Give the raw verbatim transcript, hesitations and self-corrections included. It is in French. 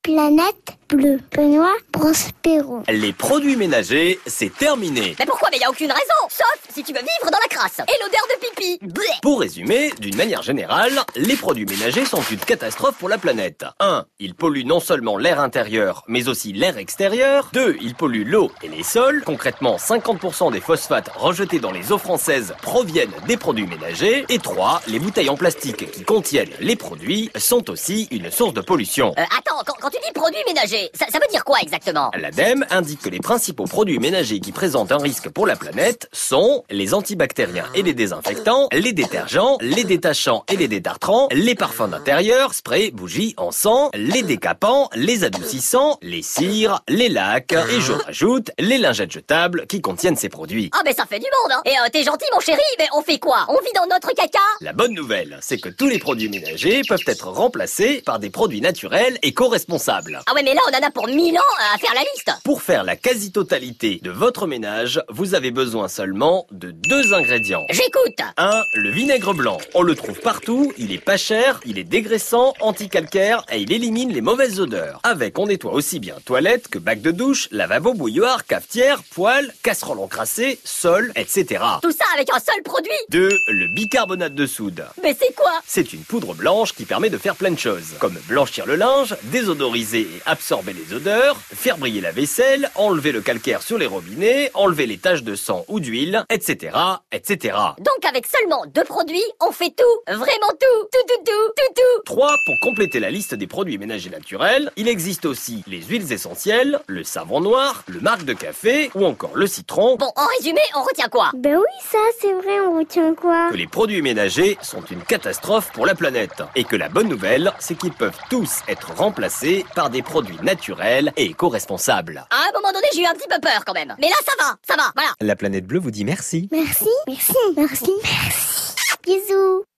planète bleue. Benoît Prospero. Les produits ménagers, c'est terminé. Mais pourquoi? Mais y a aucune raison, sauf si tu veux vivre dans la crasse. Et l'odeur de pipi. Bleh. Pour résumer, d'une manière générale, les produits ménagers sont une catastrophe pour la planète. un. Ils polluent non seulement l'air intérieur, mais aussi l'air extérieur. deux. Ils polluent l'eau et les sols. Concrètement, cinquante pour cent des phosphates rejetés dans les eaux françaises proviennent des produits ménagers. Et trois. Les bouteilles en plastique qui contiennent les produits sont aussi une source de pollution. Euh, attends, quand, quand tu dis produits ménagers, ça, ça veut dire quoi exactement? L'ADEME indique que les principaux produits ménagers qui présentent un risque pour la planète sont les antibactériens et les désinfectants, les détergents, les détachants et les détartrants, les parfums d'intérieur, sprays, bougies, encens, les décapants, les adoucissants, les cires, les lacs et je rajoute les lingettes jetables qui contiennent ces produits. Ah mais ça fait du monde, hein. Et euh, t'es gentil mon chéri, mais on fait quoi? On vit dans notre caca? La bonne nouvelle, c'est que tous les produits ménagers peuvent être remplacés par des produits naturels éco-responsables. Ah ouais mais là on en a pour mille ans à faire la liste. Pour faire la quasi-totalité de votre ménage, vous avez besoin seulement de deux ingrédients. J'écoute. un. Le vinaigre blanc. On le trouve partout, il est pas cher, il est dégraissant, anti-calcaire et il élimine les mauvaises odeurs. Avec, on nettoie aussi bien toilette que bac de douche, lavabo, bouilloire, cafetière, poêle, casserole encrassée, sol, et cetera. Tout ça avec un seul produit? deux. Le bicarbonate de soude. Mais c'est quoi? C'est une poudre blanche qui permet de faire plein de choses, comme blanchir le linge, désodoriser et absorber les odeurs, faire briller la vaisselle, enlever le calcaire sur les robinets, enlever les taches de sang ou d'huile, et cetera, et cetera. Donc avec seulement deux produits, on fait tout. Vraiment tout. Tout, tout, tout, tout, tout. trois. Pour compléter la liste des produits ménagers naturels, il existe aussi les huiles essentielles, le savon noir, le marc de café ou encore le citron. Bon, en résumé, on retient quoi? Ben oui, ça, c'est vrai, on retient quoi? Que les produits ménagers sont une catastrophe pour la planète. Et que la bonne nouvelle, c'est qu'ils peuvent tous être remplacés par des produits naturels et éco-responsables. À un moment donné, j'ai eu un petit peu peur quand même. Mais là, ça va, ça va, voilà. La planète bleue vous dit merci. Merci. Merci. Merci. Merci. Bisous.